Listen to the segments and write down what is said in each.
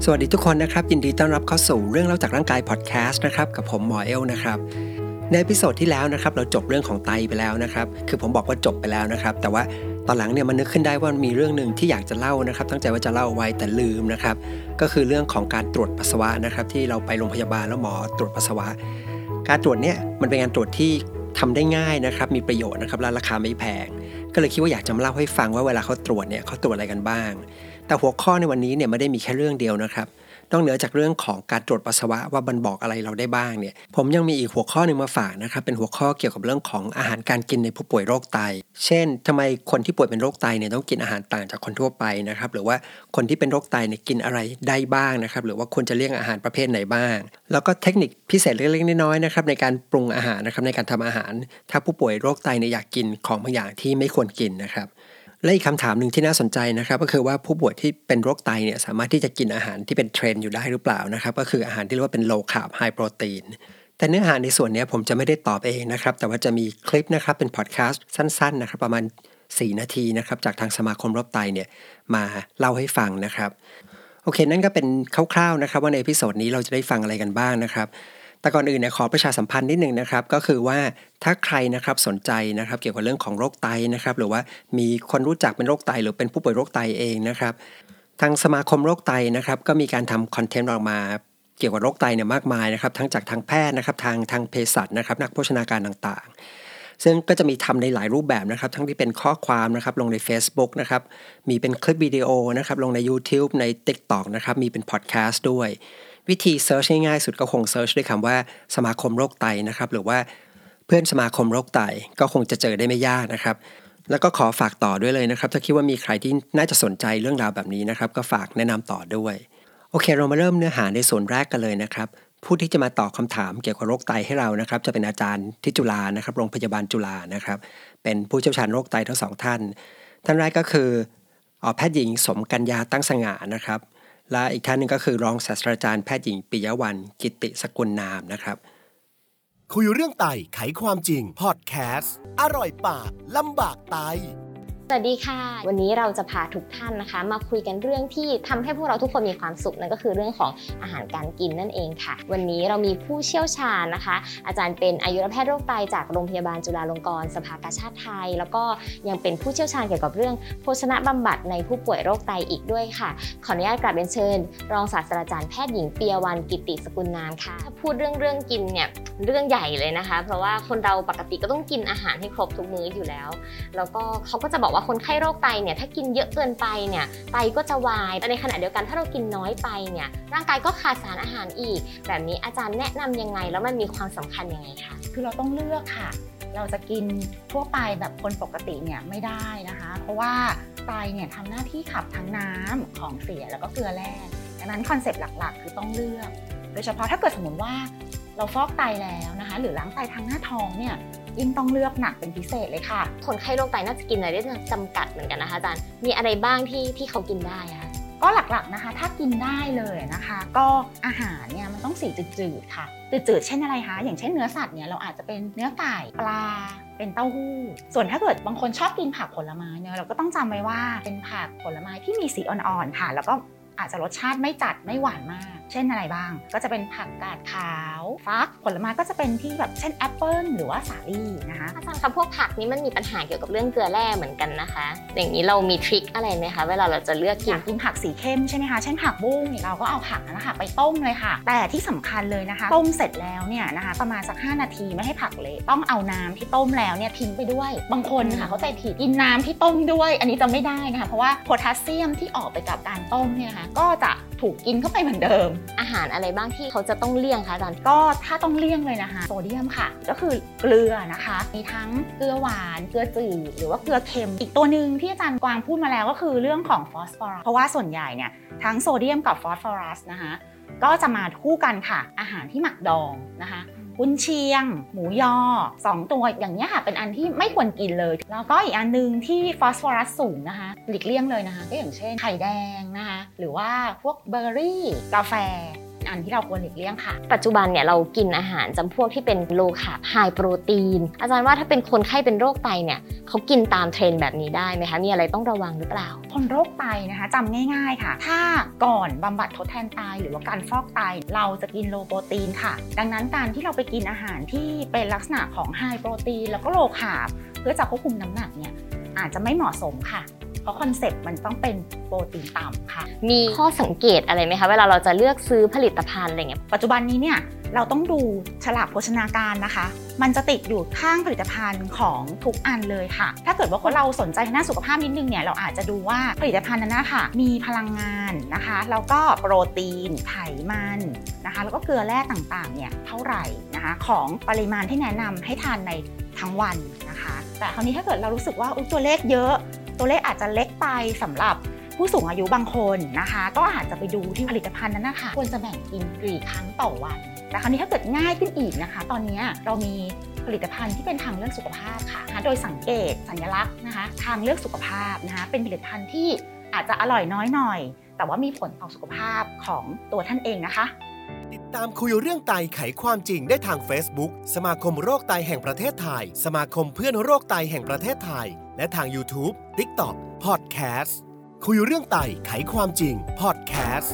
สวัสดีทุกคนนะครับยินดีต้อนรับเข้าสู่เรื่องเล่าจากร่างกายพอดแคสต์นะครับกับผมหมอเอลนะครับในเอพิโซดที่แล้วนะครับเราจบเรื่องของไตไปแล้วนะครับคือผมบอกว่าจบไปแล้วนะครับแต่ว่าตอนหลังเนี่ยมันนึกขึ้นได้ว่ามีเรื่องนึงที่อยากจะเล่านะครับตั้งใจว่าจะเล่าไว้แต่ลืมนะครับก็คือเรื่องของการตรวจปัสสาวะนะครับที่เราไปโรงพยาบาลแล้วหมอตรวจปัสสาวะการตรวจเนี่ยมันเป็นการตรวจที่ทำได้ง่ายนะครับมีประโยชน์นะครับและราคาไม่แพงก็เลยคิดว่าอยากจะมาเล่าให้ฟังว่าเวลาเขาตรวจเนี่ยเขาตรวจอะไรกันบ้างแต่หัวข้อในวันนี้เนี่ยไม่ได้มีแค่เรื่องเดียวนะครับนอกเหนือจากเรื่องของการตรวจปัสสาวะว่ามันบอกอะไรเราได้บ้างเนี่ยผมยังมีอีกหัวข้อนึงมาฝากนะครับเป็นหัวข้อเกี่ยวกับเรื่องของอาหารการกินในผู้ป่วยโรคไตเช่นทำไมคนที่ป่วยเป็นโรคไตเนี่ยต้องกินอาหารต่างจากคนทั่วไปนะครับหรือว่าคนที่เป็นโรคไตเนี่ยกินอะไรได้บ้างนะครับหรือว่าควรจะเลี่ยงอาหารประเภทไหนบ้างแล้วก็เทคนิคพิเศษเล็กๆน้อยๆนะครับในการปรุงอาหารนะครับในการทำอาหารถ้าผู้ป่วยโรคไตเนี่ยอยากกินของบางอย่างที่ไม่ควรกินนะครับและอีกคำถามหนึ่งที่น่าสนใจนะครับก็คือว่าผู้ป่วยที่เป็นโรคไตเนี่ยสามารถที่จะกินอาหารที่เป็นเทรนด์อยู่ได้หรือเปล่านะครับก็คืออาหารที่เรียกว่าเป็น low carb high protein แต่เนื้อหาในส่วนนี้ผมจะไม่ได้ตอบเองนะครับแต่ว่าจะมีคลิปนะครับเป็นพอดแคสต์สั้นๆนะครับประมาณ4นาทีนะครับจากทางสมาคมโรคไตเนี่ยมาเล่าให้ฟังนะครับโอเคนั่นก็เป็นคร่าวๆนะครับว่าในเอพิโซดนี้เราจะได้ฟังอะไรกันบ้างนะครับแต่ก่อนอื่นเนี่ยขอประชาสัมพันธ์นิดนึงนะครับก็คือว่าถ้าใครนะครับสนใจนะครับเกี่ยวกับเรื่องของโรคไตนะครับหรือว่ามีคนรู้จักเป็นโรคไตหรือเป็นผู้ป่วยโรคไตเองนะครับทางสมาคมโรคไตนะครับก็มีการทำคอนเทนต์ออกมาเกี่ยวกับโรคไตเนี่ยมากมายนะครับทั้งจากทางแพทย์นะครับทางเภสัชนะครับนักโภชนาการต่างๆซึ่งก็จะมีทำในหลายรูปแบบนะครับทั้งที่เป็นข้อความนะครับลงใน Facebook นะครับมีเป็นคลิปวิดีโอนะครับลงใน YouTube ใน TikTok นะครับมีเป็นพอดแคสต์ด้วยวิธีเซิร์ชง่ายๆสุดก็คงเซิร์ชด้วยคำว่าสมาคมโรคไตนะครับหรือว่าเพื่อนสมาคมโรคไตก็คงจะเจอได้ไม่ยากนะครับแล้วก็ขอฝากต่อด้วยเลยนะครับถ้าคิดว่ามีใครที่น่าจะสนใจเรื่องราวแบบนี้นะครับก็ฝากแนะนำต่อด้วยโอเคเรามาเริ่มเนื้อหาในส่วนแรกกันเลยนะครับผู้ที่จะมาตอบคำถามเกี่ยวกับโรคไตให้เรานะครับจะเป็นอาจารย์ที่จุฬานะครับโรงพยาบาลจุฬานะครับเป็นผู้เชี่ยวชาญโรคไตทั้งสองท่านแรกก็คือแพทย์หญิงสมกัญญาตั้งสง่านะครับและอีกท่านหนึ่งก็คือรองศาสตราจารย์แพทย์หญิงปิยวรรณกิติสกุลนามนะครับคุยเรื่องไตไขความจริงพอดแคสต์อร่อยปากลำบากไตสวัสดีค่ะวันนี้เราจะพาทุกท่านนะคะมาคุยกันเรื่องที่ทำให้พวกเราทุกคนมีความสุขนั่นก็คือเรื่องของอาหารการกินนั่นเองค่ะวันนี้เรามีผู้เชี่ยวชาญนะคะอาจารย์เป็นอายุรแพทย์โรคไตจากโรงพยาบาลจุฬาลงกรณ์สภากาชาดไทยแล้วก็ยังเป็นผู้เชี่ยวชาญเกี่ยวกับเรื่องโภชนะบำบัดในผู้ป่วยโรคไตอีกด้วยค่ะขออนุญาตกราบเรียนเชิญรองศาสตราจารย์แพทย์หญิงปิยวรรณกิติสกุลนามค่ะถ้าพูดเรื่องกินเนี่ยเรื่องใหญ่เลยนะคะเพราะว่าคนเราปกติก็ต้องกินอาหารให้ครบทุกมื้ออยู่แล้วแล้วก็เขาก็จะบอกว่าคนไข้โรคไตเนี่ยถ้ากินเยอะเกินไปเนี่ยไตก็จะวายแต่ในขณะเดียวกันถ้าเรากินน้อยไปเนี่ยร่างกายก็ขาดสารอาหารอีกแบบนี้อาจารย์แนะนำยังไงแล้วมันมีความสำคัญยังไงคะคือเราต้องเลือกค่ะเราจะกินทั่วไปแบบคนปกติเนี่ยไม่ได้นะคะเพราะว่าไตเนี่ยทำหน้าที่ขับทั้งน้ำของเสียแล้วก็เกลือแร่ดังนั้นคอนเซปต์หลักๆคือต้องเลือกโดยเฉพาะถ้าเกิดสมมติว่าเราฟอกไตแล้วนะคะหรือล้างไตทางหน้าท้องเนี่ยยิ่งต้องเลือกหนักเป็นพิเศษเลยค่ะคนไข้โรคไตน่าจะกินอะไรได้จำกัดเหมือนกันนะคะอาจารย์มีอะไรบ้างที่เขากินได้คะก็หลักๆนะคะถ้ากินได้เลยนะคะก็อาหารเนี่ยมันต้องสีจืดๆค่ะจืดๆเช่นอะไรคะอย่างเช่นเนื้อสัตว์เนี่ยเราอาจจะเป็นเนื้อไก่ปลาเป็นเต้าหู้ส่วนถ้าเกิดบางคนชอบกินผักผลไม้เนี่ยเราก็ต้องจำไว้ว่าเป็นผักผลไม้ที่มีสีอ่อนๆค่ะแล้วก็อาจจะรสชาติไม่จัดไม่หวานมากเช่นอะไรบ้างก็จะเป็นผักกาดขาวฟักผลไม้ก็จะเป็นที่แบบเช่นแอปเปิลหรือว่าสาลี่นะคะอาจารย์คะพวกผักนี้มันมีปัญหาเกี่ยวกับเรื่องเกลือแร่เหมือนกันนะคะอย่างนี้เรามีทริคอะไรไหมคะเวลาเราจะเลือกกินผักสีเข้มใช่ไหมคะเช่นผักบุ้งเราก็เอาผักนะคะไปต้มเลยค่ะแต่ที่สำคัญเลยนะคะต้มเสร็จแล้วเนี่ยนะคะประมาณสัก5นาทีไม่ให้ผักเละต้องเอาน้ำที่ต้มแล้วเนี่ยทิ้งไปด้วยบางคนค่ะเขาใจผิดกินน้ำที่ต้มด้วยอันนี้จะไม่ได้นะคะเพราะว่าโพแทสเซียมที่ออกไปกับการต้มเนี่ยนะคะก็จะถูกกินเข้าไปเหมือนเดิมอาหารอะไรบ้างที่เขาจะต้องเลี่ยงคะอาจารย์ก็ถ้าต้องเลี่ยงเลยนะคะโซเดียมค่ะก็คือเกลือนะคะมีทั้งเกลือหวานเกลือจืดหรือว่าเกลือเค็มอีกตัวหนึ่งที่อาจารย์กวางพูดมาแล้วก็คือเรื่องของฟอสฟอรัสเพราะว่าส่วนใหญ่เนี่ยทั้งโซเดียมกับฟอสฟอรัสนะคะก็จะมาคู่กันค่ะอาหารที่หมักดองนะคะกุนเชียงหมูยอ2ตัวอย่างนี้ค่ะเป็นอันที่ไม่ควรกินเลยแล้วก็อีกอันนึงที่ฟอสฟอรัสสูงนะคะหลีกเลี่ยงเลยนะคะก็อย่างเช่นไข่แดงนะคะหรือว่าพวกเบอร์รี่กาแฟอันที่เราควรหลีกเลี่ยงค่ะปัจจุบันเนี่ยเรากินอาหารจำพวกที่เป็นโลคาร์บไฮโปรตีนอาจารย์ว่าถ้าเป็นคนไข้เป็นโรคไตเนี่ยเขากินตามเทรนด์แบบนี้ได้ไหมคะมีอะไรต้องระวังหรือเปล่าคนโรคไตนะคะจำง่ายๆค่ะถ้าก่อนบำบัดทดแทนไตหรือว่าการฟอกไตเราจะกินโลโปรตีนค่ะดังนั้นการที่เราไปกินอาหารที่เป็นลักษณะของไฮโปรตีนแล้วก็โลคาร์บเพื่อจะควบคุมน้ำหนักเนี่ยอาจจะไม่เหมาะสมค่ะเพราะคอนเซ็ปต์มันต้องเป็นโปรตีนต่ำค่ะมีข้อสังเกตอะไรไหมคะเวลาเราจะเลือกซื้อผลิตภัณฑ์อะไรเงี้ยปัจจุบันนี้เนี่ยเราต้องดูฉลากโภชนาการนะคะมันจะติดอยู่ข้างผลิตภัณฑ์ของทุกอันเลยค่ะถ้าเกิดว่าเราสนใจด้านสุขภาพนิดนึงเนี่ยเราอาจจะดูว่าผลิตภัณฑ์นั้นนะคะมีพลังงานนะคะแล้วก็โปรตีนไขมันนะคะแล้วก็เกลือแร่ต่างๆเนี่ยเท่าไหร่นะคะของปริมาณที่แนะนำให้ทานในทั้งวันนะคะแต่คราวนี้ถ้าเกิดเรารู้สึกว่าตัวเลขเยอะตัวเลขอาจจะเล็กไปสำหรับผู้สูงอายุบางคนนะคะก็อาจจะไปดูที่ผลิตภัณฑ์นั้นนะคะควรจะแบ่งกินกี่ครั้งต่อวันแต่คราวนี้ถ้าเกิดง่ายขึ้นอีกนะคะตอนนี้เรามีผลิตภัณฑ์ที่เป็นทางเลือกสุขภาพค่ะโดยสังเกตสัญลักษณ์นะคะทางเลือกสุขภาพนะคะเป็นผลิตภัณฑ์ที่อาจจะอร่อยน้อยหน่อยแต่ว่ามีผลต่อสุขภาพของตัวท่านเองนะคะติดตามคุยเรื่องไตไขความจริงได้ทาง Facebook สมาคมโรคไตแห่งประเทศไทยสมาคมเพื่อนโรคไตแห่งประเทศไทยและทาง YouTube TikTok Podcast คุยเรื่องไตไขความจริง Podcast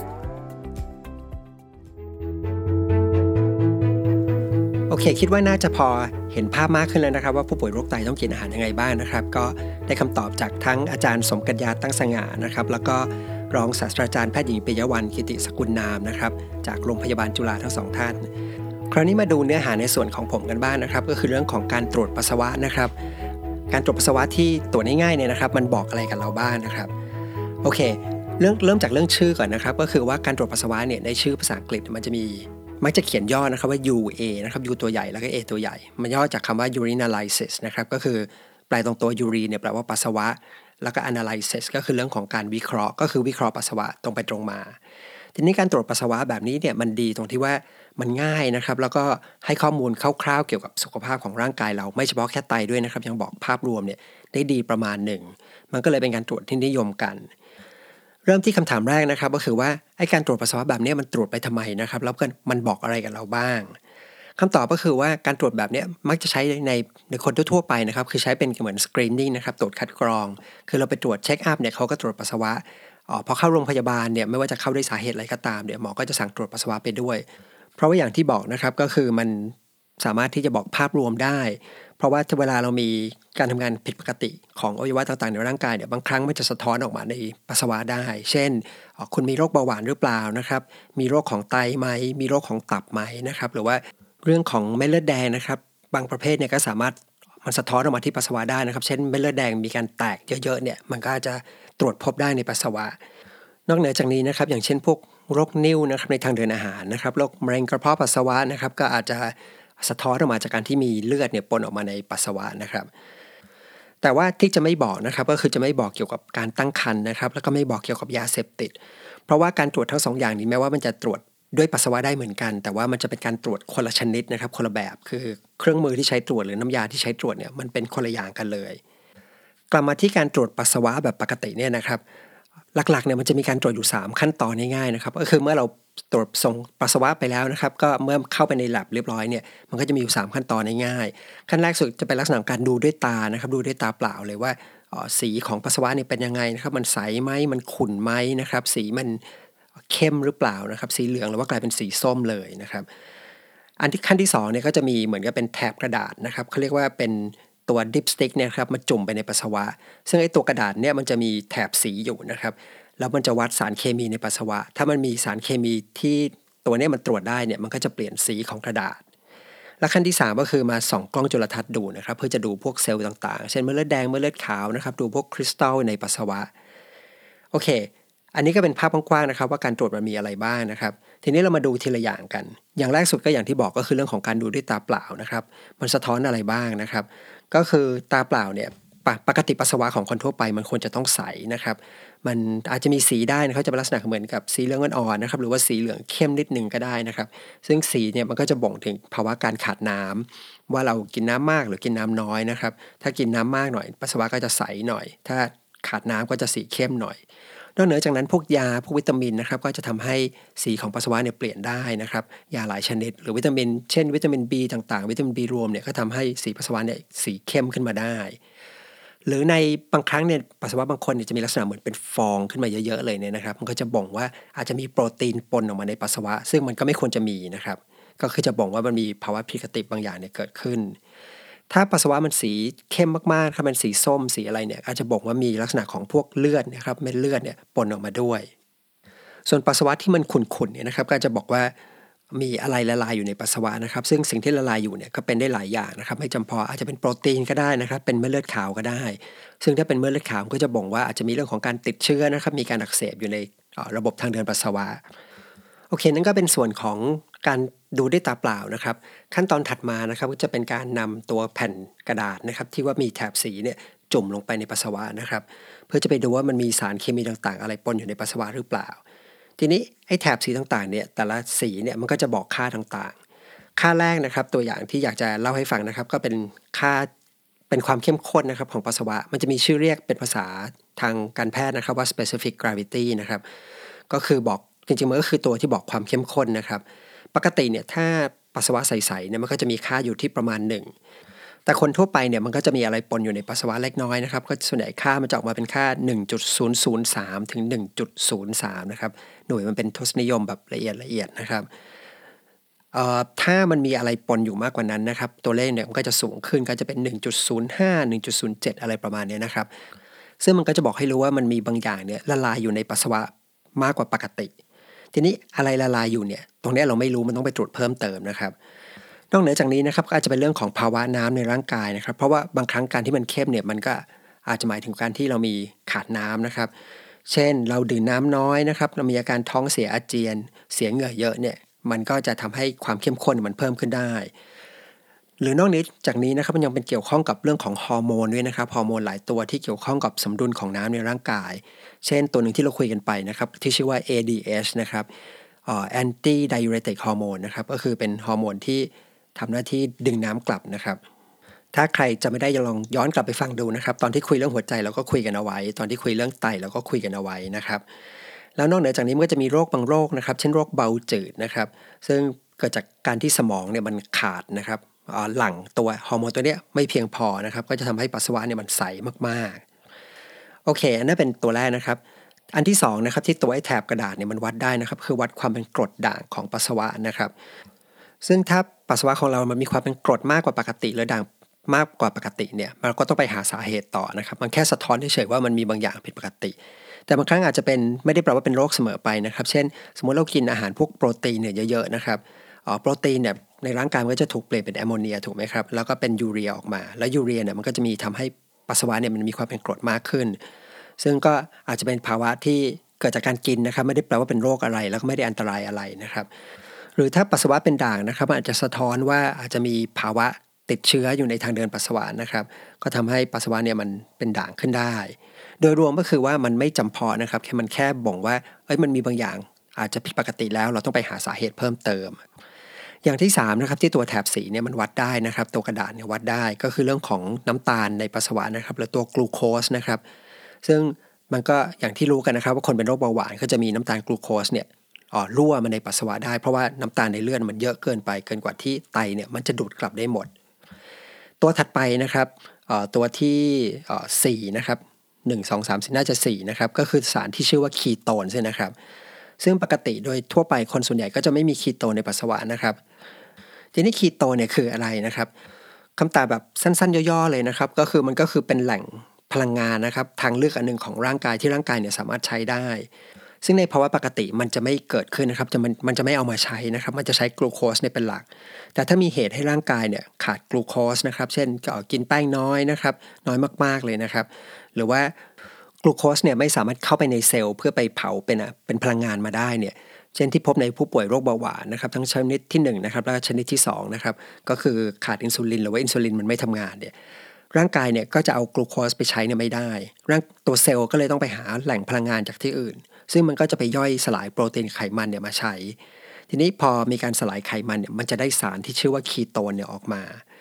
โอเคคิดว่าน่าจะพอเห็นภาพมากขึ้นแล้วนะครับว่าผู้ป่วยโรคไตต้องกินอาหารยังไงบ้างนะครับก็ได้คำตอบจากทั้งอาจารย์สมกัญญาตั้งสง่านะครับแล้วก็รองศาสตราจารย์แพทย์หญิงปิยวรรณกิติสกุลนามนะครับจากโรงพยาบาลจุฬาทั้งสองท่านคราวนี้มาดูเนื้อหาในส่วนของผมกันบ้างนะครับก็คือเรื่องของการตรวจปัสสาวะนะครับการตรวจปัสสาวะที่ตรวจง่ายๆเนี่ยนะครับมันบอกอะไรกับเราบ้างนะครับโอเคเริ่มจากเรื่องชื่อก่อนนะครับก็คือว่าการตรวจปัสสาวะเนี่ยในชื่อภาษาอังกฤษมันจะมีมักจะเขียนย่อนะครับว่า UA นะครับ U ตัวใหญ่แล้วก็ A ตัวใหญ่มันย่อจากคำว่า urinalysis นะครับก็คือแปลตรงตัว urine เนี่ยแปลว่าปัสสาวะแล้วก็ analysis ก็คือเรื่องของการวิเคราะห์ก็คือวิเคราะห์ปัสสาวะตรงไปตรงมาทีนี้การตรวจปัสสาวะแบบนี้เนี่ยมันดีตรงที่ว่ามันง่ายนะครับแล้วก็ให้ข้อมูลคร่าวๆเกี่ยวกับสุขภาพของร่างกายเราไม่เฉพาะแค่ไตด้วยนะครับยังบอกภาพรวมเนี่ยได้ดีประมาณหนึ่งมันก็เลยเป็นการตรวจที่นิยมกันเริ่มที่คำถามแรกนะครับก็คือว่าไอ้การตรวจปัสสาวะแบบนี้มันตรวจไปทำไมนะครับแล้วมันบอกอะไรกับเราบ้างคำตอบก็คือว่าการตรวจแบบนี้มักจะใช้ในคนทั่วไปนะครับคือใช้เป็นเหมือน screening นะครับตรวจคัดกรองคือเราไปตรวจเช็คอัพเนี่ยเขาก็ตรวจปัสสาวะพอเข้าโรงพยาบาลเนี่ยไม่ว่าจะเข้าด้วยสาเหตุอะไรก็ตามเนี่ยหมอก็จะสั่งตรวจปัสสาวะไปด้วยเพราะว่าอย่างที่บอกนะครับก็คือมันสามารถที่จะบอกภาพรวมได้เพราะว่าเวลาเรามีการทำงานผิดปกติของอวัยวะต่างๆในร่างกายเนี่ยบางครั้งมันจะสะท้อนออกมาในปัสสาวะได้เช่นคุณมีโรคเบาหวานหรือเปล่านะครับมีโรคของไตไหมมีโรคของตับไหมนะครับหรือว่าเรื่องของเม็ดเลือดแดงนะครับบางประเภทเนี่ยก็สามารถมันสะท้อนออกมาที่ปัสสาวะได้นะครับเช่นเม็ดเลือดแดงมีการแตกเยอะๆเนี่ยมันก็จะตรวจพบได้ในปัสสาวะนอกเหนือจากนี้นะครับอย่างเช่นพวกโรคนิ่วนะครับในทางเดินอาหารนะครับโรคมะเร็งกระเพาะปัสสาวะนะครับก็อาจจะสะท้อนออกมาจากการที่มีเลือดเนี่ยปนออกมาในปัสสาวะนะครับแต่ว่าที่จะไม่บอกนะครับก็คือจะไม่บอกเกี่ยวกับการตั้งครรภ์นะครับแล้วก็ไม่บอกเกี่ยวกับยาเสพติดเพราะว่าการตรวจทั้งสองอย่างนี้แม้ว่ามันจะตรวจด้วยปัสสาวะได้เหมือนกันแต่ว่ามันจะเป็นการตรวจคนละชนิดนะครับคนละแบบคือเครื่องมือที่ใช้ตรวจหรือน้ำยาที่ใช้ตรวจเนี่ยมันเป็นคนละอย่างกันเลยกลับมาที่การตรวจปัสสาวะแบบปกติเนี่ยนะครับหลักๆเนี่ยมันจะมีการตรวจอยู่3ขั้นตอนง่ายๆนะครับก็คือเมื่อเราตรวจส่งปัสสาวะไปแล้วนะครับก็เมื่อเข้าไปใน lab เรียบร้อยเนี่ยมันก็จะมีอยู่3ขั้นตอนง่ายๆขั้นแรกสุดจะเป็นลักษณะการดูด้วยตานะครับดูด้วยตาเปล่าเลยว่าสีของปัสสาวะเนี่ยเป็นยังไงนะครับมันใสไหมมันขุ่นไหมนะครับสีมันเข้มหรือเปล่านะครับสีเหลืองหรือว่ากลายเป็นสีส้มเลยนะครับขั้นที่2เนี่ยก็จะมีเหมือนกับเป็นแถบกระดาษนะครับเขาเรียกว่าเป็นตัวดิปสติ๊กเนี่ยครับมาจุ่มไปในปัสสาวะซึ่งไอ้ตัวกระดาษเนี่ยมันจะมีแถบสีอยู่นะครับแล้วมันจะวัดสารเคมีในปัสสาวะถ้ามันมีสารเคมีที่ตัวนี้มันตรวจได้เนี่ยมันก็จะเปลี่ยนสีของกระดาษและขั้นที่3ก็คือมาส่องกล้องจุลทรรศน์ดูนะครับเพื่อจะดูพวกเซลล์ต่างๆเช่นเม็ดเลือดแดงเม็ดเลือดขาวนะครับดูพวกคริสตัลในปัสสาวะโอเคอันนี้ก็เป็นภาพกว้างๆนะครับว่าการตรวจมันมีอะไรบ้างนะครับทีนี้เรามาดูทีละอย่างกันอย่างแรกสุดก็อย่างที่บอกก็คือเรื่องของการดูด้วยตาเปล่านะครับมันสะท้อนอะไรบ้างนะครับก็คือตาเปล่าเนี่ยปกติปัสสาวะของคนทั่วไปมันควรจะต้องใสนะครับมันอาจจะมีสีได้นะเขาจะเป็นลักษณะเหมือนกับสีเหลืองอ่อนๆนะครับหรือว่าสีเหลืองเข้มนิดนึงก็ได้นะครับซึ่งสีเนี่ยมันก็จะบ่งถึงภาวะการขาดน้ำว่าเรากินน้ำมากหรือกินน้ำน้อยนะครับถ้ากินน้ำมากหน่อยปัสสาวะก็จะใสหน่อยถ้าขาดน้ำก็จะสีเข้มหน่อยนอกเหนือจากนั้นพวกยาพวกวิตามินนะครับก็จะทำให้สีของปัสสาวะเนี่ยเปลี่ยนได้นะครับยาหลายชนิดหรือวิตามินเช่นวิตามิน B ต่างๆวิตามิน B รวมเนี่ยก็ทำให้สีปัสสาวะเนี่ยสีเข้มขึ้นมาได้หรือในบางครั้งเนี่ยปัสสาวะบางคนเนี่ยจะมีลักษณะเหมือนเป็นฟองขึ้นมาเยอะๆเลยเนี่ยนะครับมันก็จะบ่งว่าอาจจะมีโปรตีนปนออกมาในปัสสาวะซึ่งมันก็ไม่ควรจะมีนะครับก็คือจะบ่งว่ามันมีภาวะผิดปกติบางอย่างเนี่ยเกิดขึ้นถ้าปัสสาวะมันสีเข้มมากๆครับมันสีส้มสีอะไรเนี่ยอาจจะบ่งว่ามีลักษณะของพวกเลือดนะครับเม็ดเลือดเนี่ยปนออกมาด้วยส่วนปัสสาวะที่มันขุ่นๆเนี่ยนะครับก็จะบอกว่ามีอะไรละลายอยู่ในปัสสาวะนะครับซึ่งสิ่งที่ละลายอยู่เนี่ยก็เป็นได้หลายอย่างนะครับไม่จำเพาะอาจจะเป็นโปรตีนก็ได้นะครับเป็นเม็ดเลือดขาวก็ได้ซึ่งถ้าเป็นเม็ดเลือดขาวก็จะบ่งว่าอาจจะมีเรื่องของการติดเชื้อนะครับมีการอักเสบอยู่ในระบบทางเดินปัสสาวะโอเคนั่นก็เป็นส่วนของการดูด้วยตาเปล่านะครับขั้นตอนถัดมานะครับก็จะเป็นการนำตัวแผ่นกระดาษนะครับที่ว่ามีแถบสีเนี่ยจุ่มลงไปในปัสสาวะนะครับเพื่อจะไปดูว่ามันมีสารเคมีต่างๆอะไรปนอยู่ในปัสสาวะหรือเปล่าทีนี้ไอ้แถบสีต่างๆเนี่ยแต่ละสีเนี่ยมันก็จะบอกค่าต่างๆค่าแรกนะครับตัวอย่างที่อยากจะเล่าให้ฟังนะครับก็เป็นค่าเป็นความเข้มข้นนะครับของปัสสาวะมันจะมีชื่อเรียกเป็นภาษาทางการแพทย์นะครับว่า specific gravity นะครับก็คือบอกจริงๆมันก็คือตัวที่บอกความเข้มข้นนะครับปกติเนี่ยถ้าปัสสาวะใสๆเนี่ยมันก็จะมีค่าอยู่ที่ประมาณ1แต่คนทั่วไปเนี่ยมันก็จะมีอะไรปนอยู่ในปัสสาวะเล็กน้อยนะครับก็ส่วนใหญ่ค่ามันจะออกมาเป็นค่า 1.003 ถึง 1.03 นะครับหน่วยมันเป็นทศนิยมแบบละเอียดนะครับถ้ามันมีอะไรปนอยู่มากกว่านั้นนะครับตัวเลขเนี่ยมันก็จะสูงขึ้นก็จะเป็น 1.05 1.07 อะไรประมาณนี้นะครับซึ่งมันก็จะบอกให้รู้ว่ามันมีบางอย่างเนี่ยละลายอยู่ในปัสสาวะมากกว่าปกติทีนี้อะไรละลายอยู่เนี่ยตรงนี้เราไม่รู้มันต้องไปตรวจเพิ่มเติมนะครับนอกเหนือจากนี้นะครับก็อาจจะเป็นเรื่องของภาวะน้ำในร่างกายนะครับเพราะว่าบางครั้งการที่มันเข้มเนี่ยมันก็อาจจะหมายถึงการที่เรามีขาดน้ำนะครับเช่นเราดื่มน้ำน้อยนะครับเรามีอาการท้องเสียอาเจียนเสียเหงื่อเยอะเนี่ยมันก็จะทำให้ความเข้มข้นมันเพิ่มขึ้นได้หรือนอกจากนี้นะครับมันยังเป็นเกี่ยวข้องกับเรื่องของฮอร์โมนด้วยนะครับฮอร์โมนหลายตัวที่เกี่ยวข้องกับสมดุลของน้ำในร่างกายเช่นตัวหนึ่งที่เราคุยกันไปนะครับที่ชื่อว่า ADH นะครับanti diuretic hormone นะครับก็คือเป็นฮอร์โมนที่ทำหน้าที่ดึงน้ำกลับนะครับถ้าใครจะไม่ได้ลองย้อนกลับไปฟังดูนะครับตอนที่คุยเรื่องหัวใจเราก็คุยกันเอาไว้ตอนที่คุยเรื่องไตเราก็คุยกันเอาไว้นะครับแล้วนอกเหนือจากนี้มันก็จะมีโรคบางโรคนะครับเช่นโรคเบาจืดนะครับซึ่งเกิดจากการที่สมองเนี่ยมันขาดนะครับหลั่งตัวฮอร์โมนตัวเนี้ยไม่เพียงพอนะครับก็จะทำให้ปัสสาวะเนี่ยมันใสมากๆโอเคอันนั้นเป็นตัวแรกนะครับอันที่2นะครับที่ตัวไอ้แถบกระดาษเนี่ยมันวัดได้นะครับคือวัดความเป็นกรดด่างของปัสสาวะนะครับซึ่งถ้าปัสสาวะของเรามันมีความเป็นกรดมากกว่าปกติหรือด่างมากกว่าปกติเนี่ยมันก็ต้องไปหาสาเหตุต่อนะครับมันแค่สะท้อนเฉยๆว่ามันมีบางอย่างผิดปกติแต่บางครั้งอาจจะเป็นไม่ได้แปลว่าเป็นโรคเสมอไปนะครับเช่นสมมติเรากินอาหารพวกโปรตีนเนี่ยเยอะๆนะครับโปรตีนเนี่ยในร่างกายมันก็จะถูกเปลี่ยนเป็นแอมโมเนียถูกไหมครับแล้วก็เป็นยูเรียออกมาแล้วยูเรียเนี่ยมันก็จะมีทำให้ปัสสาวะเนี่ยมันมีความเป็นกรดมากขึ้นซึ่งก็อาจจะเป็นภาวะที่เกิดจากการกินนะครับไม่ได้แปลว่าเป็นโรคอะไรแล้วก็ไม่ได้อันตรายอะไรนะครับหรือถ้าปัสสาวะเป็นด่างนะครับมันอาจจะสะท้อนว่าอาจจะมีภาวะติดเชื้ออยู่ในทางเดินปัสสาวะนะครับก็ทำให้ปัสสาวะเนี่ยมันเป็นด่างขึ้นได้โดยรวมก็คือว่ามันไม่จำเพาะนะครับมันแค่บ่งว่ามันมีบางอย่างอาจจะผิดปกติแล้วเราต้องไปหาสาเหตุเพิ่มเติมอย่างที่3นะครับที่ตัวแถบสีเนี่ยมันวัดได้นะครับตัวกระดาษเนี่ยวัดได้ก็คือเรื่องของน้ำตาลในปัสสาวะนะครับหรือตัวกลูโคสนะครับซึ่งมันก็อย่างที่รู้กันนะครับว่าคนเป็นโรคเบาหวานก็จะมีน้ำตาลกลูโคสเนี่ยรั่วมาในปัสสาวะได้เพราะว่าน้ำตาลในเลือดมันเยอะเกินไปเกินกว่าที่ไตเนี่ยมันจะดูดกลับได้หมดตัวถัดไปนะครับตัวที่4นะครับ1 2 3 4น่าจะ4นะครับก็คือสารที่ชื่อว่าคีโตนใช่นะครับซึ่งปกติโดยทั่วไปคนส่วนใหญ่ก็จะไม่มีคีโตนในปัสสาวะนะครับทีนี้คีโตนเนี่ยคืออะไรนะครับคำตอบแบบสั้นๆย่อๆเลยนะครับก็คือเป็นแหล่งพลังงานนะครับทางเลือกอันนึงของร่างกายที่ร่างกายเนี่ยสามารถใช้ได้ซึ่งในภาวะปกติมันจะไม่เกิดขึ้นนะครับมันจะไม่เอามาใช้นะครับมันจะใช้กลูโคสเนี่ยเป็นหลักแต่ถ้ามีเหตุให้ร่างกายเนี่ยขาดกลูโคสนะครับเช่นกินแป้งน้อยนะครับน้อยมากๆเลยนะครับหรือว่ากลูโคสเนี่ยไม่สามารถเข้าไปในเซลล์เพื่อไปเผาเป็นพลังงานมาได้เนี่ยเช่นที่พบในผู้ป่วยโรคเบาหวานนะครับทั้งชนิดที่1นะครับแล้วก็ชนิดที่2นะครับก็คือขาดอินซูลินหรือว่าอินซูลินมันไม่ทำงานเนี่ยร่างกายเนี่ยก็จะเอากลูโคสไปใช้เนี่ยไม่ได้ตัวเซลล์ก็เลยต้องไปหาแหล่งพลังงานจากที่อื่นซึ่งมันก็จะไปย่อยสลายโปรตีนไขมันเนี่ยมาใช้ทีนี้พอมีการสลายไขมันเนี่ยมันจะได้สารที่ชื่อว่าคีโตนเนี่ยออกมา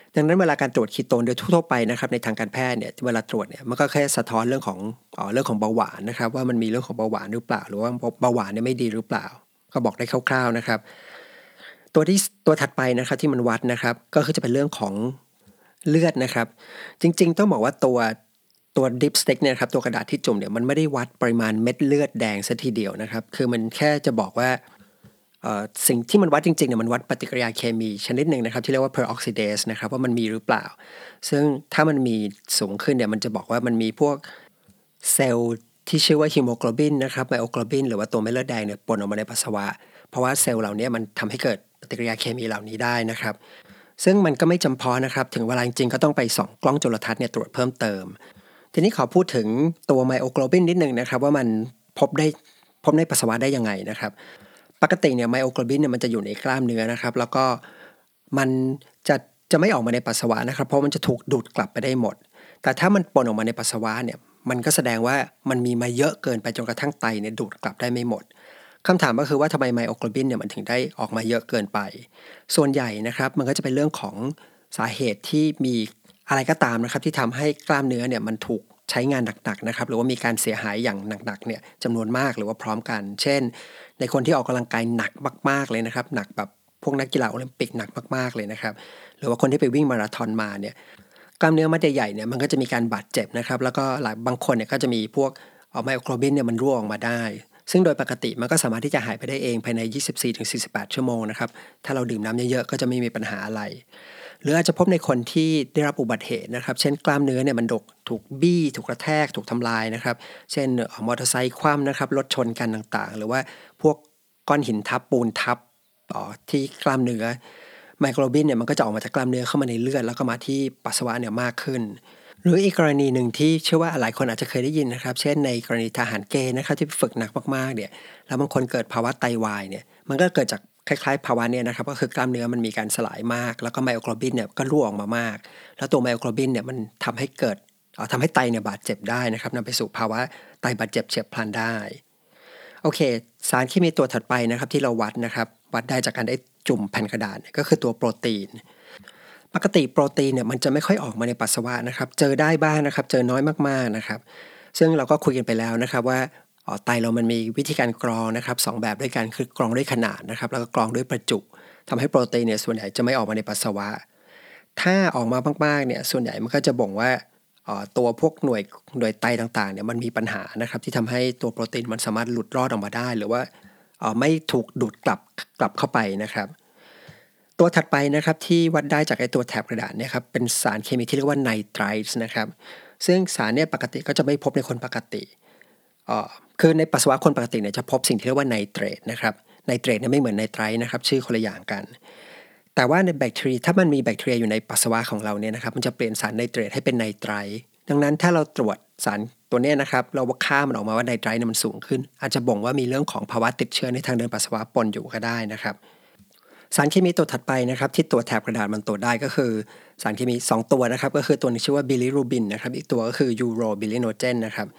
ดังนั้นเวลาการตรวจคีโตนโดยทั่วไปนะครับในทางการแพทย์เนี่ยเวลาตรวจเนี่ยมันก็แค่สะท้อนเรื่องของเบาหวานนะครับว่ามันมีเรื่องของเบาหวานหรือเปล่าหรือว่าเบาหวานเนี่ยไม่ดีหรือเปล่าก็บอกได้คร่าวๆนะครับตัวถัดไปนะครับที่มันวัดนะครับก็คือจะเป็นเรื่องของเลือดนะครับจริงๆต้องบอกว่าตัวดิปสติกเนี่ยครับตัวกระดาษที่จุ่มเนี่ยมันไม่ได้วัดปริมาณเม็ดเลือดแดงซะทีเดียวนะครับคือมันแค่จะบอกว่าสิ่งที่มันวัดจริงๆเนี่ยมันวัดปฏิกิริยาเคมีชนิดหนึ่งนะครับที่เรียกว่า peroxidase นะครับว่ามันมีหรือเปล่าซึ่งถ้ามันมีสูงขึ้นเนี่ยมันจะบอกว่ามันมีพวกเซลล์ที่ชื่อว่าฮีโมโกลบินนะครับไมโอโกลบินหรือว่าตัวเม็ดเลือดแดงเนี่ยปนออกมาในปัสสาวะเพราะว่าเซลล์เหล่านี้มันทำให้เกิดปฏิกิริยาเคมีเหล่านี้ได้นะครับซึ่งมันก็ไม่จำเพาะนะครับถึงเวลาจริงๆก็ต้องไปส่องกล้องจุลทรรศน์เนี่ยตรวจเพิ่มเติมทีนี้ขอพูดถึงตัวไมโอโกลบินนิดนึงนะครับว่ามันพบในปัสสาวะได้ยังไงนะครับปกติเนี่ยไมโอโกลบินเนี่ยมันจะอยู่ในกล้ามเนื้อนะครับแล้วก็มันจะไม่ออกมาในปัสสาวะนะครับเพราะมันจะถูกดูดกลับไปได้หมดแต่ถ้ามันปนออกมาในปัสสาวะเนี่ยมันก็แสดงว่ามันมีมาเยอะเกินไปจนกระทั่งไตเนี่ยดูดกลับได้ไม่หมดคำถามก็คือว่าทำไมไมโอโกลบินเนี่ยมันถึงได้ออกมาเยอะเกินไปส่วนใหญ่นะครับมันก็จะเป็นเรื่องของสาเหตุที่มีอะไรก็ตามนะครับที่ทำให้กล้ามเนื้อเนี่ยมันถูกใช้งานหนักๆนะครับหรือว่ามีการเสียหายอย่างหนักๆเนี่ยจำนวนมากหรือว่าพร้อมกันเช่นในคนที่ออกกำลังกายหนักมากๆเลยนะครับหนักแบบพวกนักกีฬาโอลิมปิกหนักมากๆเลยนะครับหรือว่าคนที่ไปวิ่งมาราธอนมาเนี่ยกล้ามเนื้อมัดใหญ่ๆเนี่ยมันก็จะมีการบาดเจ็บนะครับแล้วก็บางคนเนี่ยก็จะมีพวกไมโอโกลบินเนี่ยมันรั่วออกมาได้ซึ่งโดยปกติมันก็สามารถที่จะหายไปได้เองภายใน 24-48 ชั่วโมงนะครับถ้าเราดื่มน้ำเยอะๆก็จะไม่มีปัญหาอะไรหรืออาจจะพบในคนที่ได้รับอุบัติเหตุนะครับเช่นกล้ามเนื้อเนี่ยมันถูกบี้ถูกกระแทกถูกทำลายนะครับเช่นมอเตอร์ไซค์คว่ำนะครับรถชนกันต่างๆหรือว่าพวกก้อนหินทับปูนทับที่กล้ามเนื้อไมโครบินเนี่ยมันก็จะออกมาจากกล้ามเนื้อเข้ามาในเลือดแล้วก็มาที่ปัสสาวะเนี่ยมากขึ้นหรืออีกกรณีหนึ่งที่เชื่อว่าหลายคนอาจจะเคยได้ยินนะครับเช่นในกรณีทหารเกณฑ์นะครับที่ฝึกหนักมากๆเนี่ยแล้วบางคนเกิดภาวะไตวายเนี่ยมันก็เกิดจากคล้ายๆภาวะเนี่ยนะครับก็คือกล้ามเนื้อมันมีการสลายมากแล้วก็ไมโอโกลบินเนี่ยก็รั่วออกมามากแล้วตัวไมโอโกลบินเนี่ยมันทำให้ไตเนี่ยบาดเจ็บได้นะครับนำไปสู่ภาวะไตบาดเจ็บเฉียบพลันได้โอเคสารเคมีตัวถัดไปนะครับที่เราวัดได้จากการได้จุ่มแผ่นกระดาษก็คือตัวโปรตีนปกติโปรตีนเนี่ยมันจะไม่ค่อยออกมาในปัสสาวะนะครับเจอได้บ้างนะครับเจอน้อยมากๆนะครับซึ่งเราก็คุยกันไปแล้วนะครับว่าไตเรามันมีวิธีการกรองนะครับ2แบบด้วยกันคือกรองด้วยขนาดนะครับแล้วก็กรองด้วยประจุทำให้โปรตีนเนี่ยส่วนใหญ่จะไม่ออกมาในปัสสาวะถ้าออกมามากๆเนี่ยส่วนใหญ่มันก็จะบ่งว่าตัวพวกหน่วยไตต่างๆเนี่ยมันมีปัญหานะครับที่ทำให้ตัวโปรตีนมันสามารถหลุดรอดออกมาได้หรือว่าไม่ถูกดูดกลับเข้าไปนะครับตัวถัดไปนะครับที่วัดได้จากไอ้ตัวแถบกระดาษเนี่ยครับเป็นสารเคมีที่เรียกว่าไนไตรท์นะครับซึ่งสารเนี่ยปกติก็จะไม่พบในคนปกติคือในปัสสาวะคนปกติเนี่ยจะพบสิ่งที่เรียกว่าไนเตรตนะครับไนเตรตเนี่ยไม่เหมือนไนไตรท์นะครับชื่อคนละอย่างกันแต่ว่าในแบคทีเรียถ้ามันมีแบคทีเรียอยู่ในปัสสาวะของเราเนี่ยนะครับมันจะเปลี่ยนสารไนเตรตให้เป็นไนไตรท์ดังนั้นถ้าเราตรวจสารตัวนี้นะครับเราว่าค่ามันออกมาว่าไนไตรท์เนี่ยมันสูงขึ้นอาจจะบ่งว่ามีเรื่องของภาวะติดเชื้อในทางเดินปัสสาวะปนอยู่ก็ได้นะครับสารเคมีตัวถัดไปนะครับที่ตัวแถบกระดาษมันตรวจได้ก็คือสารเคมี2ตัวนะครับก็คือตัวนี้ชื่อว่าบิลิรูบินนะครับอีกตัวก็คือยูโรบิลิโนเจนนะครับ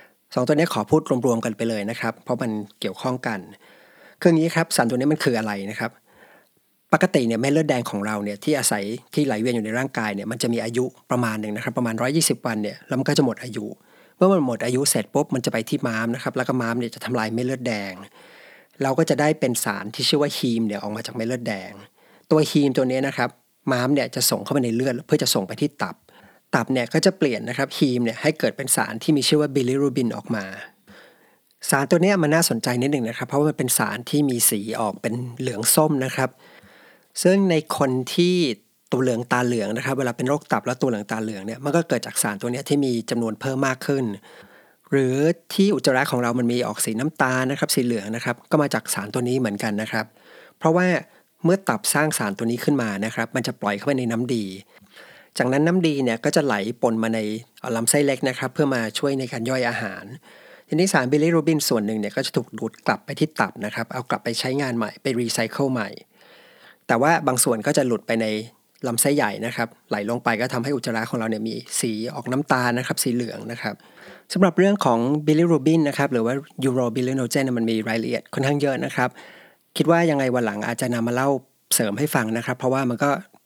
2ตัวนี้ขอพูดรวมๆกันไปเลยนะครับเพราะมันเกี่ยวข้องกันคืออย่างนี้ครับสารตัวนี้มันคืออะไรนะครับปกติเนี่ยเม็ดเลือดแดงของเราเนี่ยที่อาศัยที่ไหลเวียนอยู่ในร่างกายเนี่ยมันจะมีอายุประมาณหนึ่งนะครับประมาณ120วันเนี่ยแล้วมันก็จะหมดอายุเมื่อมันหมดอายุเสร็จปุ๊บมันจะไปที่ม้ามนะครับแล้วก็ม้ามเนี่ยจะทำลายเม็ดเลือดแดงเราก็จะได้เป็นสารที่ชื่อว่าฮีมเนี่ยออกมาจากเม็ดเลือดแดงตัวฮีมตัวนี้นะครับม้ามเนี่ยจะส่งเข้าไปในเลือดเพื่อจะส่งไปที่ตับเนี่ยก็จะเปลี่ยนนะครับฮีมเนี่ยให้เกิดเป็นสารที่มีชื่อว่าบิลิรูบินออกมาสารตัวนี้มันน่าสนใจนิดหนึ่งนะครับเพราะว่ามันเป็นสารที่มีสีออกเป็นเหลืองส้มนะครับซึ่งในคนที่ตัวเหลืองตาเหลืองนะครับเวลาเป็นโรคตับแล้วตัวเหลืองตาเหลืองเนี่ยมันก็เกิดจากสารตัวนี้ที่มีจำนวนเพิ่มมากขึ้นหรือที่อุจจาระของเรามันมีออกสีน้ำตาลนะครับสีเหลืองนะครับก็มาจากสารตัวนี้เหมือนกันนะครับเพราะว่าเมื่อตับสร้างสารตัวนี้ขึ้นมานะครับมันจะปล่อยเข้าไปในน้ำดีจากนั้นน้ำดีเนี่ยก็จะไหลปนมาในลำไส้เล็กนะครับเพื่อมาช่วยในการย่อยอาหารทีนี้สารบิลิรูบินส่วนหนึ่งเนี่ยก็จะถูกดูดกลับไปที่ตับนะครับเอากลับไปใช้งานใหม่ไปรีไซเคิลใหม่แต่ว่าบางส่วนก็จะหลุดไปในลำไส้ใหญ่นะครับไหลลงไปก็ทำให้อุจจาระของเราเนี่ยมีสีออกน้ำตาลนะครับสีเหลืองนะครับสำหรับเรื่องของบิลิรูบินนะครับหรือว่ายูโรบิลิโนเจนมันมีรายละเอียดค่อนข้างเยอะนะครับคิดว่ายังไงวันหลังอาจจะนำมาเล่าเสริมให้ฟังนะครับเพราะว่ามันก็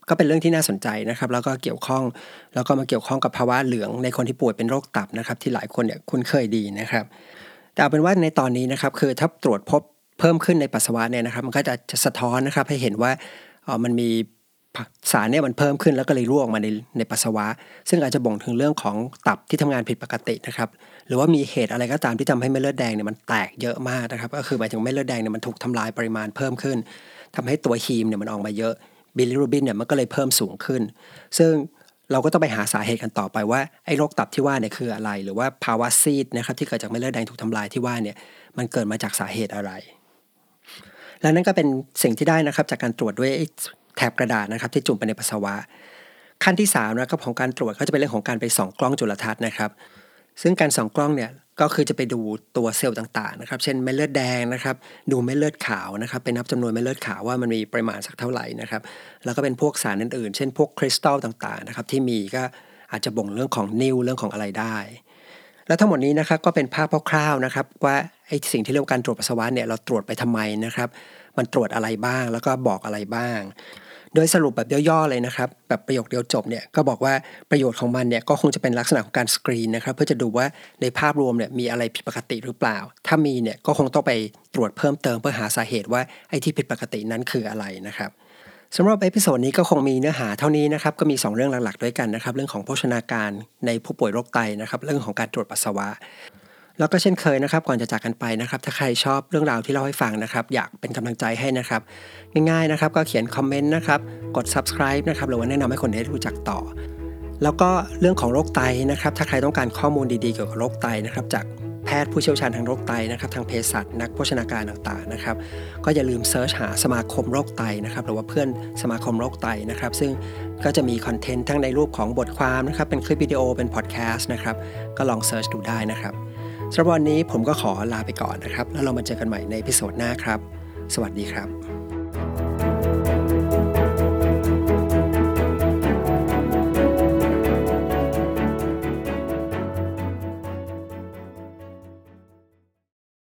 ก็เป็นเรื่องที่น่าสนใจนะครับแล้วก็มาเกี่ยวข้องกับภาวะเหลืองในคนที่ป่วยเป็นโรคตับนะครับที่หลายคนเนี่ยคุ้นเคยดีนะครับแต่เอาเป็นว่าในตอนนี้นะครับคือถ้าตรวจพบเพิ่มขึ้นในปัสสาวะเนี่ยนะครับมันก็จะสะท้อนนะครับให้เห็นว่ามันมีสารเนี่ยมันเพิ่มขึ้นแล้วก็เลยรั่วออกมาในปัสสาวะซึ่งอาจจะบ่งถึงเรื่องของตับที่ทำงานผิดปกตินะครับหรือว่ามีเหตุอะไรก็ตามที่ทำให้เม็ดเลือดแดงเนี่ยมันแตกเยอะมากนะครับก็คือหมายถึงเม็ดเลือดแดงเนี่ยมันถูกทำลายปริมาณเพิ่มขึ้นทำให้ตัวฮีมเนี่ยมันออกมาเยอะบิลิรูบินเนี่ยมันก็เลยเพิ่มสูงขึ้นซึ่งเราก็ต้องไปหาสาเหตุกันต่อไปว่าไอ้โรคตับที่ว่าเนี่ยคืออะไรหรือว่าภาวะซีดนะครับที่เกิดจากเม็ดเลือดแดงถูกทำลายที่ว่าเนี่ยมันเกิดมาจากสาเหตุอะไรและนั่นก็เป็นสิ่งที่ได้นะครับจากการตรวจด้วยแถบกระดาษนะครับที่จุ่มไปในปัสสาวะขั้นที่3นะครับของการตรวจก็จะเป็นเรื่องของการไปส่องกล้องจุลทรรศน์นะครับซึ่งการส่องกล้องเนี่ยก็คือจะไปดูตัวเซลล์ต่างๆนะครับเช่นเม็ดเลือดแดงนะครับดูเม็ดเลือดขาวนะครับไปนับจำนวนเม็ดเลือดขาวว่ามันมีปริมาณสักเท่าไหร่นะครับแล้วก็เป็นพวกสารอื่นๆเช่นพวกคริสตัลต่างๆนะครับที่มีก็อาจจะบ่งเรื่องของนิ่วเรื่องของอะไรได้แล้วทั้งหมดนี้นะครับก็เป็นภาพคร่าวๆนะครับว่าไอ้สิ่งที่เรียกว่าการตรวจปัสสาวะเนี่ยเราตรวจไปทำไมนะครับมันตรวจอะไรบ้างแล้วก็บอกอะไรบ้างโดยสรุปแบบย่อๆเลยนะครับแบบประโยคเดียวจบเนี่ยก็บอกว่าประโยชน์ของมันเนี่ยก็คงจะเป็นลักษณะของการสกรีนนะครับเพื่อจะดูว่าในภาพรวมเนี่ยมีอะไรผิดปกติหรือเปล่าถ้ามีเนี่ยก็คงต้องไปตรวจเพิ่มเติมเพื่อหาสาเหตุว่าไอ้ที่ผิดปกตินั้นคืออะไรนะครับสำหรับเอพิโซดนี้ก็คงมีเนื้อหาเท่านี้นะครับก็มี2เรื่องหลักๆด้วยกันนะครับเรื่องของโภชนาการในผู้ป่วยโรคไตนะครับเรื่องของการตรวจปัสสาวะแล้วก็เช่นเคยนะครับก่อนจะจากกันไปนะครับถ้าใครชอบเรื่องราวที่เล่าให้ฟังนะครับอยากเป็นกำลังใจให้นะครับง่ายๆนะครับก็เขียนคอมเมนต์นะครับกด subscribe นะครับหรือว่าแนะนำให้คนได้รู้จักต่อแล้วก็เรื่องของโรคไตนะครับถ้าใครต้องการข้อมูลดีๆเกี่ยวกับโรคไตนะครับจากแพทย์ผู้เชี่ยวชาญทางโรคไตนะครับทางเภสัชนักโภชนาการต่างๆนะครับก็อย่าลืมเซิร์ชหาสมาคมโรคไตนะครับหรือว่าเพื่อนสมาคมโรคไตนะครับซึ่งก็จะมีคอนเทนต์ทั้งในรูปของบทความนะครับเป็นคลิปวิดีโอเป็นพอดแคสต์นะครับก็ลองเซิร์ชดูได้นะครับสำหรับวันนี้ผมก็ขอลาไปก่อนนะครับแล้วเรามาเจอกันใหม่ในเอพิโซดหน้าครับสวัสดีครับ